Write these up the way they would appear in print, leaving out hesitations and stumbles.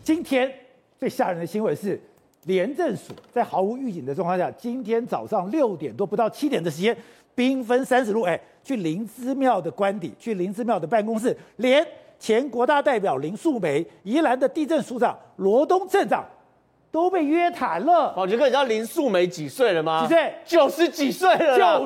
今天最吓人的新闻是，廉政署在毫无预警的状况下，今天早上6点多不到7点的时间，兵分30路，去林姿妙的官邸，去林姿妙的办公室，连前国大代表林素梅、宜兰的地政署长罗东镇长都被约谈了。 宝杰哥，你知道林素梅几岁了吗？ 几岁 ？90几岁了啦。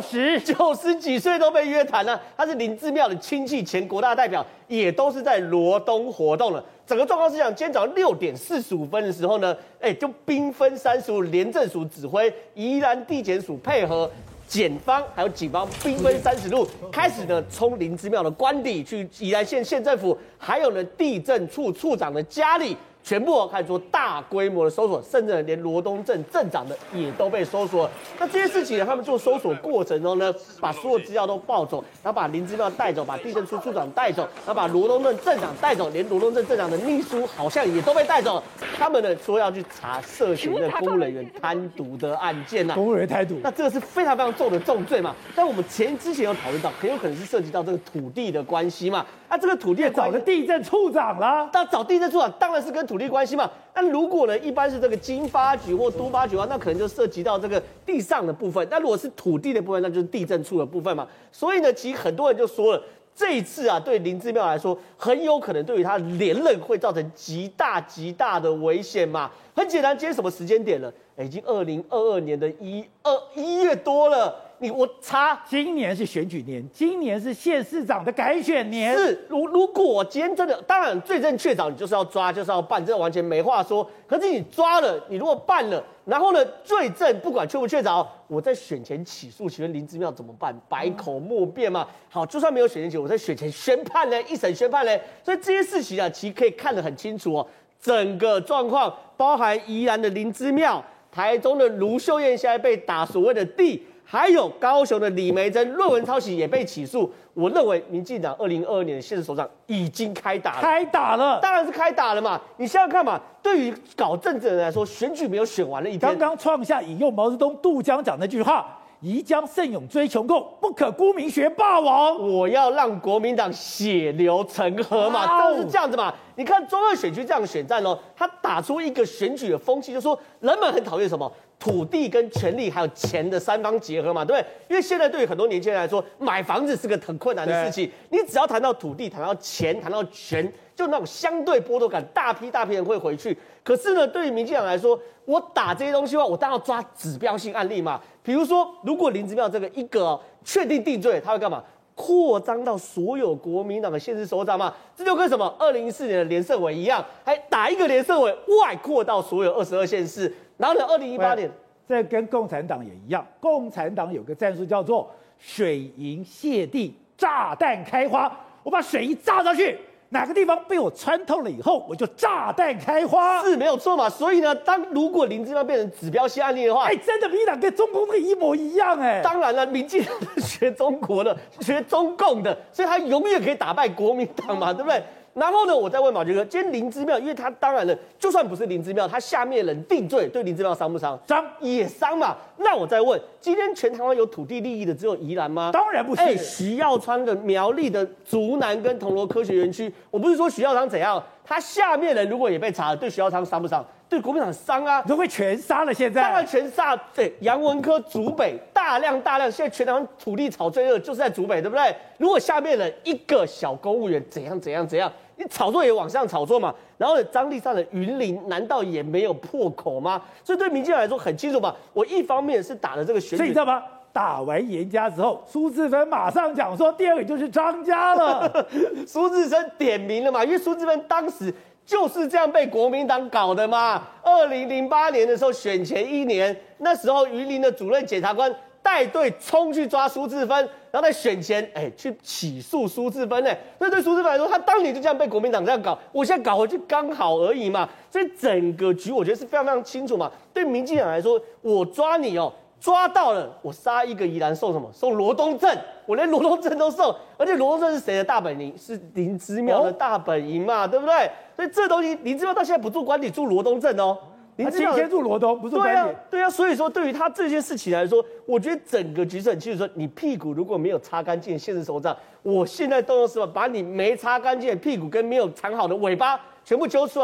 90 几岁都被约谈了。他是林姿妙的亲戚，前国大代表，也都是在罗东活动了。整个状况是这样：今天早上6点45分的时候呢，就兵分30路，廉政署指挥，宜兰地检署配合。检方还有警方兵分30路，开始呢冲林姿妙的官邸，去宜兰县县政府，还有呢地政处处长的家里，全部开始做大规模的搜索，甚至连罗东镇镇长的也都被搜索。那这些事情呢，他们做搜索过程中呢，把所有资料都抱走，然后把林姿妙带走，把地政处处长带走，然后把罗东镇镇长带走，连罗东镇镇长的秘书好像也都被带走。他们呢说要去查涉嫌的公务人员贪渎的案件呐， 公务人员贪渎， 那这个是非常非常重的重罪嘛。但我们之前有讨论到，很有可能是涉及到这个土地的关系嘛。那这个土地的找了地政处长啦， 那找地政处长当然是跟土地关系嘛。那如果呢，一般是这个经发局或都发局的话，那可能就涉及到这个地上的部分。那如果是土地的部分，那就是地政处的部分嘛。所以呢，其实很多人就说了，这一次啊，对林姿妙来说，很有可能对于他连任会造成极大的危险嘛。很简单，今天什么时间点了？已经2022年的1月多了。我查， 今年是选举年，今年是县市长的改选年。 是，如果今天真的，当然罪证确凿，你就是要抓，就是要办，这完全没话说。可是你抓了，你如果办了，然后呢，罪证不管确不确凿，我在选前起诉，请问林姿妙怎么办？百口莫辩嘛。好，就算没有选前起诉，我在选前宣判呢，一审宣判呢，所以这些事情啊，其实可以看得很清楚哦。整个状况包含宜兰的林姿妙、台中的卢秀燕现在被打所谓的地。还有高雄的李眉蓁论文抄袭也被起诉，我认为民进党2022年的县市首长已经开打了，当然是开打了嘛！你想想看嘛，对于搞政治的人来说，选举没有选完了一天， 刚刚创下引用毛泽东渡江讲那句话。宜将胜勇追穷寇，不可沽名学霸王。 我要让国民党血流成河嘛，就是这样子嘛。你看中二选区这样的选战哦，他打出一个选举的风气，就说人们很讨厌什么土地跟权力还有钱的三方结合嘛，对不对？因为现在对于很多年轻人来说，买房子是个很困难的事情。你只要谈到土地、谈到钱、谈到权，就那种相对剥夺感，大批人会回去。可是呢，对于民进党来说，我打这些东西的话，我当然要抓指标性案例嘛。比如说，如果林姿妙这个一个确定定罪，他会干嘛？扩张到所有国民党的县市首长嘛？这就跟什么2014年的连胜伟一样，还打一个连胜伟外扩到所有22县市。然后呢，2018年， 这跟共产党也一样，共产党有个战术叫做水银泻地，炸弹开花。我把水一炸上去。哪个地方被我穿透了以后，我就炸弹开花， 是没有错嘛？所以呢，如果林姿妙变成指标性案例的话， 真的民进党跟中共那个一模一样当然了，民进党是学中国的，学中共的，所以他永远可以打败国民党嘛，对不对？然后呢，我再问马杰哥，今天林姿妙，因为他当然了，就算不是林姿妙，他下面人定罪，对林姿妙伤不伤？ 伤， 也伤嘛。那我再问，今天全台湾有土地利益的只有宜兰吗？ 当然不是。 徐耀昌的苗栗的竹南跟铜锣科学园区，我不是说徐耀昌怎样，他下面人如果也被查了，对徐耀昌伤不伤？对国民党伤啊， 都会全杀了。现在当然全杀。对，杨文科竹北大量，现在全台湾土地炒最热就是在竹北，对不对？如果下面人一个小公务员怎样。你炒作也往上炒作嘛，然后呢，张丽善的云林难道也没有破口吗？所以对民进党来说很清楚嘛。我一方面是打了这个选举， 所以你知道吗？打完严家之后，苏治芬马上讲说，第二个就是张家了。 苏治芬点名了嘛，因为苏治芬当时就是这样被国民党搞的嘛。2008年的时候选前1年，那时候云林的主任检察官带队冲去抓苏治芬，然后在选前去起诉苏治芬所以对苏治芬来说，他当年就这样被国民党这样搞，我现在搞回去刚好而已嘛。所以整个局我觉得是非常清楚嘛。对民进党来说，我抓你抓到了，我杀一个宜兰送什么？送罗东镇，我连罗东镇都送，而且罗东镇是谁的大本营？是林姿妙的大本营嘛，对不对？所以这东西林姿妙到现在不住官邸，住罗东镇哦。 他今天住罗东，不住官邸。 对啊，所以说对于他这件事情来说，我觉得整个局势很清楚。说你屁股如果没有擦干净，县市首长，我现在动用司法把你没擦干净的屁股跟没有藏好的尾巴全部揪出来。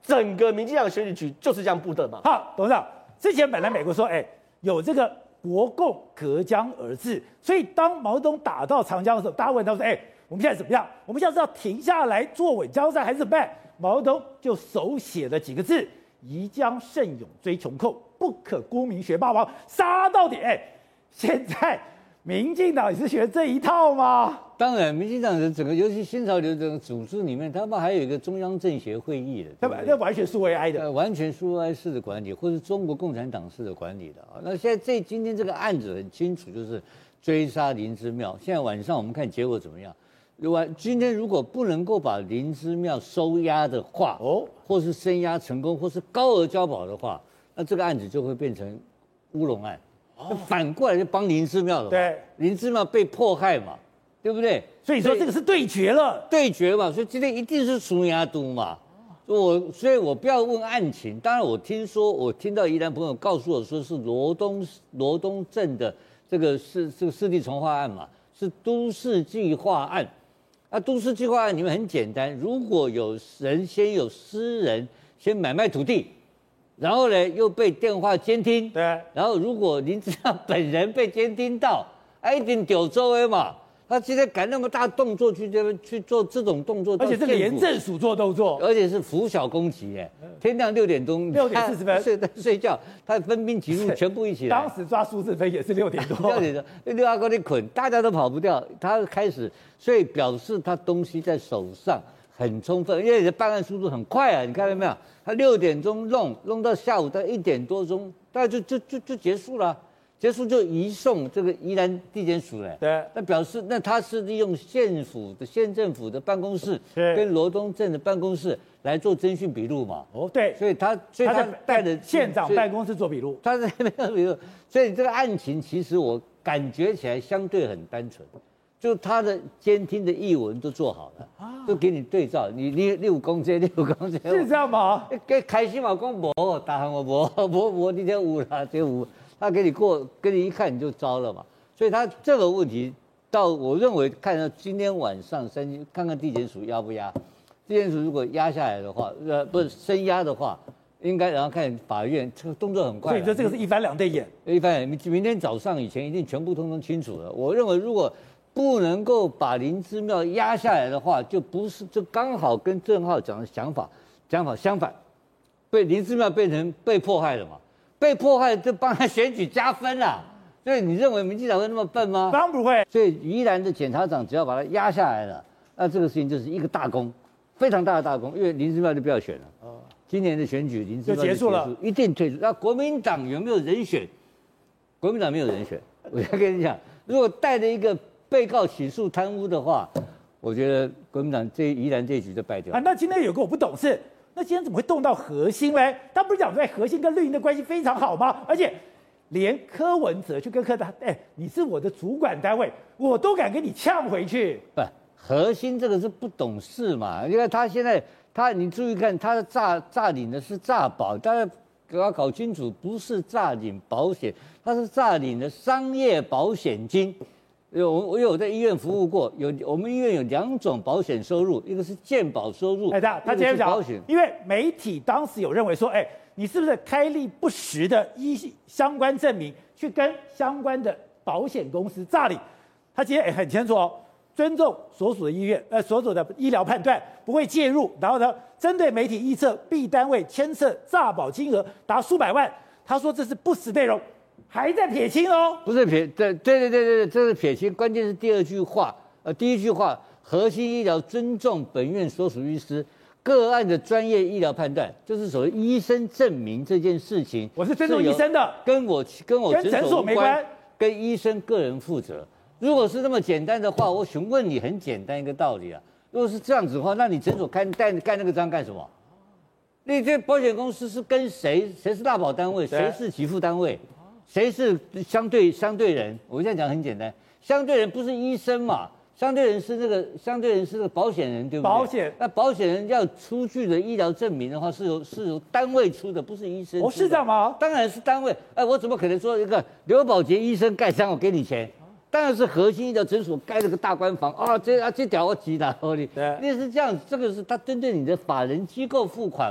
整个民进党选举局就是这样布的嘛。 好，董事长，之前本来美国说，有这个国共隔江而治，所以当毛泽东打到长江的时候，大家问他说，我们现在怎么样？我们现在是要停下来坐稳江山，还是怎么办？毛泽东就手写了几个字：宜将胜勇追穷寇，不可沽名学霸王，杀到底。现在民进党也是学这一套吗？ 当然，民进党的整个，尤其新潮流整个组织里面，他们还有一个中央政协会议的， 那完全苏维埃的， 完全苏维埃式的管理，或是中国共产党式的管理的啊。那现在今天这个案子很清楚，就是追杀林之妙。现在晚上我们看结果怎么样？今天如果不能够把林之妙收押的话，或是声押成功，或是高额交保的话，那这个案子就会变成乌龙案。反过来就帮林之妙了嘛， 对， 林之妙被迫害嘛，对不对？ 所以说这个是对决了， 对决嘛，所以今天一定是输牙都嘛。所以我不要问案情，当然我听到宜兰朋友告诉我说是罗东镇的这个市地重划案嘛，是都市计划案。那都市计划案里面很简单，如果有人先有私人先买卖土地。然后呢，又被电话监听， 对。 然后如果林之妙本人被监听到，一定丢周围嘛。他今天敢那么大动作去做这种动作， 而且是廉政署做动作， 而且是拂晓攻击，天亮6点钟 ，6:40分睡觉，他分兵几路全部一起来。 当时抓苏志芬也是6点多 ，6点多，6阿哥你捆，大家都跑不掉，他开始，所以表示他东西在手上。很充分，因为你的办案速度很快啊！你看到没有？他6点钟弄到下午大概1点多钟，大概就结束了，结束就移送这个宜兰地检署了。 对， 那表示那他是利用县政府的办公室跟罗东镇的办公室来做侦讯笔录嘛。 对， 所以他带着县长办公室做笔录， 他在那边笔录，所以这个案情其实我感觉起来相对很单纯。就他的监听的译文都做好了，都给你对照，你6公斤6公斤， 是这样吗？ 开心嘛，讲无，大汉我无，你这有啦，这有，他给你过，给你一看你就招了嘛。所以他这个问题，我认为看到今天晚上看看地检署压不压，地检署如果压下来的话，不是声压的话，应该然后看法院，这个动作很快。 所以说这个是一翻两瞪眼， 明天早上以前一定全部通通清楚了。我认为如果不能够把林之妙压下来的话，就刚好跟郑浩讲的想法相反，林之妙变成被迫害了嘛？被迫害就帮他选举加分啦。所以你认为民进党会那么笨吗？ 当然不会。 所以宜兰的检察长只要把他压下来了，那这个事情就是一个大功，非常大的大功，因为林之妙就不要选了。今年的选举林之妙就结束了， 一定退出。那国民党有没有人选？国民党没有人选。我要跟你讲，如果带着一个被告起诉贪污的话，我觉得国民党宜兰这一局就败掉。 那今天有个我不懂事，那今天怎么会动到核心呢？他不是讲说核心跟绿营的关系非常好吗？而且连柯文哲去跟柯达，你是我的主管单位，我都敢跟你呛回去。 不，核心这个是不懂事嘛？因为他现在你注意看，他的诈领的是诈保，大家要搞清楚，不是诈领保险，他是诈领的商业保险金。我有在医院服务过，我们医院有2种保险收入，一个是健保收入， 他今天讲，因为媒体当时有认为说，你是不是开立不实的相关证明，去跟相关的保险公司诈领？他今天很清楚哦，尊重所属的医院所属的医疗判断，不会介入。然后呢，针对媒体臆测 B 单位牵涉诈保金额达数百万，他说这是不实内容。还在撇清哦， 不是撇，对，这是撇清。关键是第2句话，第1句话，核心医疗尊重本院所属医师个案的专业医疗判断，就是所谓医生证明这件事情， 我是尊重医生的， 跟我诊所没关， 跟医生个人负责。如果是那么简单的话，我询问你很简单一个道理啊。如果是这样子的话，那你诊所盖那个章干什么？你这保险公司是跟谁是大保单位，谁是给付单位？谁是相对人？我现在讲很简单，相对人不是医生嘛，相对人是那个保险人，对不对？ 保险， 那保险人要出具的医疗证明的话，是由单位出的，不是医生出的。 是这样吗？ 当然是单位。我怎么可能说一个刘宝杰医生盖章我给你钱？当然是核心医疗诊所盖了个大官房啊，这条我急了，你是这样，这个是他针对你的法人机构付款嘛？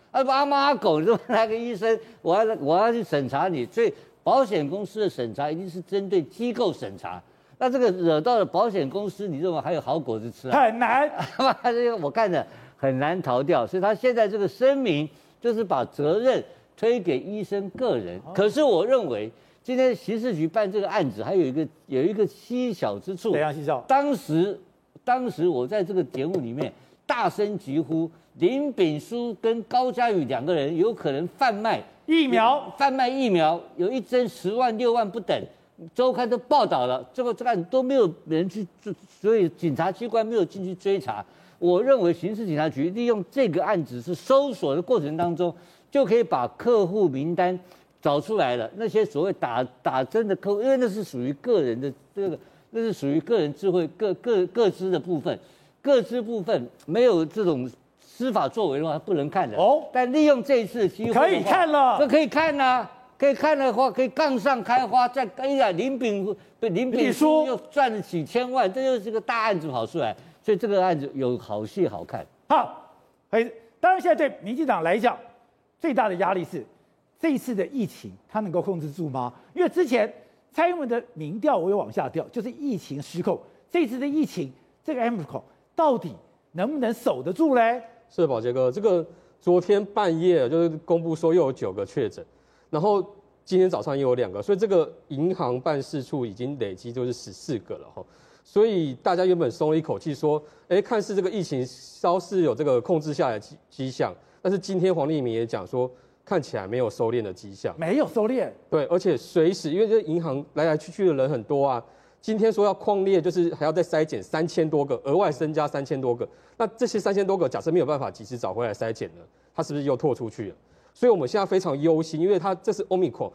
阿猫阿狗，你说来个医生，我要去审查你，所以保险公司的审查一定是针对机构审查。那这个惹到了保险公司，你认为还有好果子吃啊？ 很难。 这个我看着很难逃掉，所以他现在这个声明就是把责任推给医生个人。可是我认为今天刑事局办这个案子还有一个蹊跷之处。 怎样蹊跷？ 当时我在这个节目里面大声疾呼，林炳书跟高嘉瑜两个人有可能贩卖疫苗，有一针10万6万不等。周刊都报道了，这个案都没有人去，所以警察机关没有进去追查。我认为刑事警察局利用这个案子是搜索的过程当中，就可以把客户名单找出来了。那些所谓打针的客户，因为那是属于个人的那是属于个人智慧各自的部分，各自部分没有这种司法作为的话，不能看的。哦，但利用这一次的机会， 可以看了， 这可以看啊。可以看的话，可以杠上开花，再林炳书又赚了几千万，这就是个大案子跑出来，所以这个案子有好戏好看。 好，当然现在对民进党来讲，最大的压力是这一次的疫情，它能够控制住吗？因为之前蔡英文的民调我有往下掉，就是疫情失控。这次的疫情，这个 Omicron 到底能不能守得住嘞？ 是的，宝杰哥，这个昨天半夜就是公布说又有9个确诊。然后今天早上又有2个，所以这个银行办事处已经累积就是14个了哈。所以大家原本松了一口气，说，看似这个疫情稍是有这个控制下来的迹象，但是今天黄立明也讲说，看起来没有收敛的迹象， 没有收敛。对， 而且随时因为这银行来来去去的人很多啊，今天说要匡列，就是还要再筛检3000多个，额外增加3000多个。那这些3000多个，假设没有办法及时找回来筛检呢，他是不是又拓出去了？所以我们现在非常忧心，因为它这是 Omicron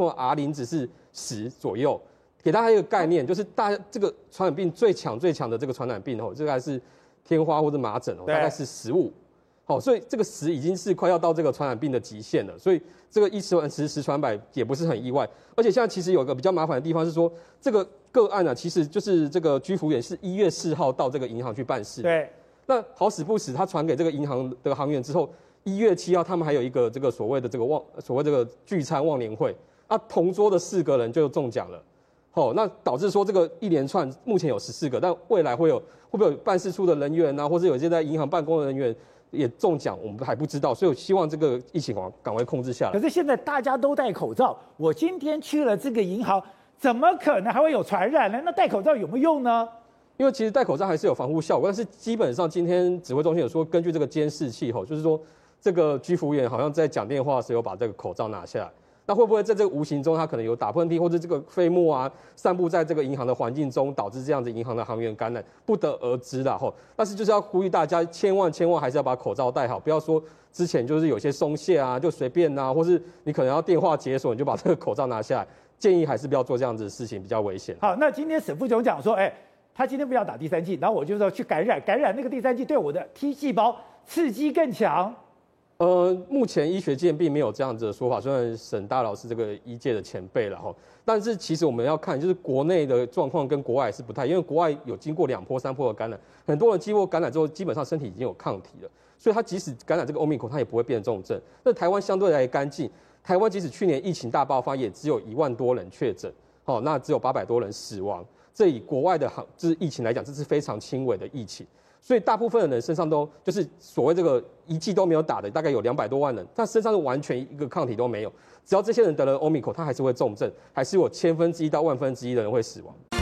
R0值是10左右，给大家一个概念，就是这个传染病最强的这个传染病这个还是天花或者麻疹大概是15，所以这个10已经是快要到这个传染病的极限了，所以这个10传百也不是很意外，而且现在其实有一个比较麻烦的地方是说，这个个案啊，其实就是这个居服员是1月4号到这个银行去办事， 对， 那好死不死他传给这个银行的行员之后。1月7号，他们还有一个这个所谓的这个聚餐忘年会，同桌的4个人就中奖了，那导致说这个一连串目前有14个，但未来会不会有办事处的人员啊，或者有些在银行办公的人员也中奖，我们还不知道，所以我希望这个疫情赶快控制下来。 可是现在大家都戴口罩，我今天去了这个银行，怎么可能还会有传染呢？那戴口罩有没有用呢？ 因为其实戴口罩还是有防护效果，但是基本上今天指挥中心有说，根据这个监视器就是说。这个居服员好像在讲电话的时候把这个口罩拿下来，那会不会在这个无形中他可能有打喷嚏或者这个飞沫啊散布在这个银行的环境中，导致这样子银行的行员感染，不得而知啦吼。但是就是要呼吁大家千万还是要把口罩戴好，不要说之前就是有些松懈啊就随便啊，或是你可能要电话解锁你就把这个口罩拿下来，建议还是不要做这样子的事情，比较危险。 好，那今天沈富雄讲说，他今天不要打第3剂，然后我就说去感染那个第3剂对我的 T 细胞刺激更强。 目前医学界并没有这样子的说法，虽然沈大老师这个医界的前辈了哈，但是其实我们要看，就是国内的状况跟国外是不太，因为国外有经过2波3波的感染，很多人经过感染之后，基本上身体已经有抗体了，所以他即使感染这个 Omicron， 他也不会变重症。那台湾相对来干净，台湾即使去年疫情大爆发，也只有1万多人确诊，那只有800多人死亡，这以国外的就是疫情来讲，这是非常轻微的疫情。所以大部分的人身上都就是所谓这个1剂都没有打的，大概有200多万人，他身上是完全一个抗体都没有。只要这些人得了 Omicron， 他还是会重症，还是有1/1000到1/1000的人会死亡。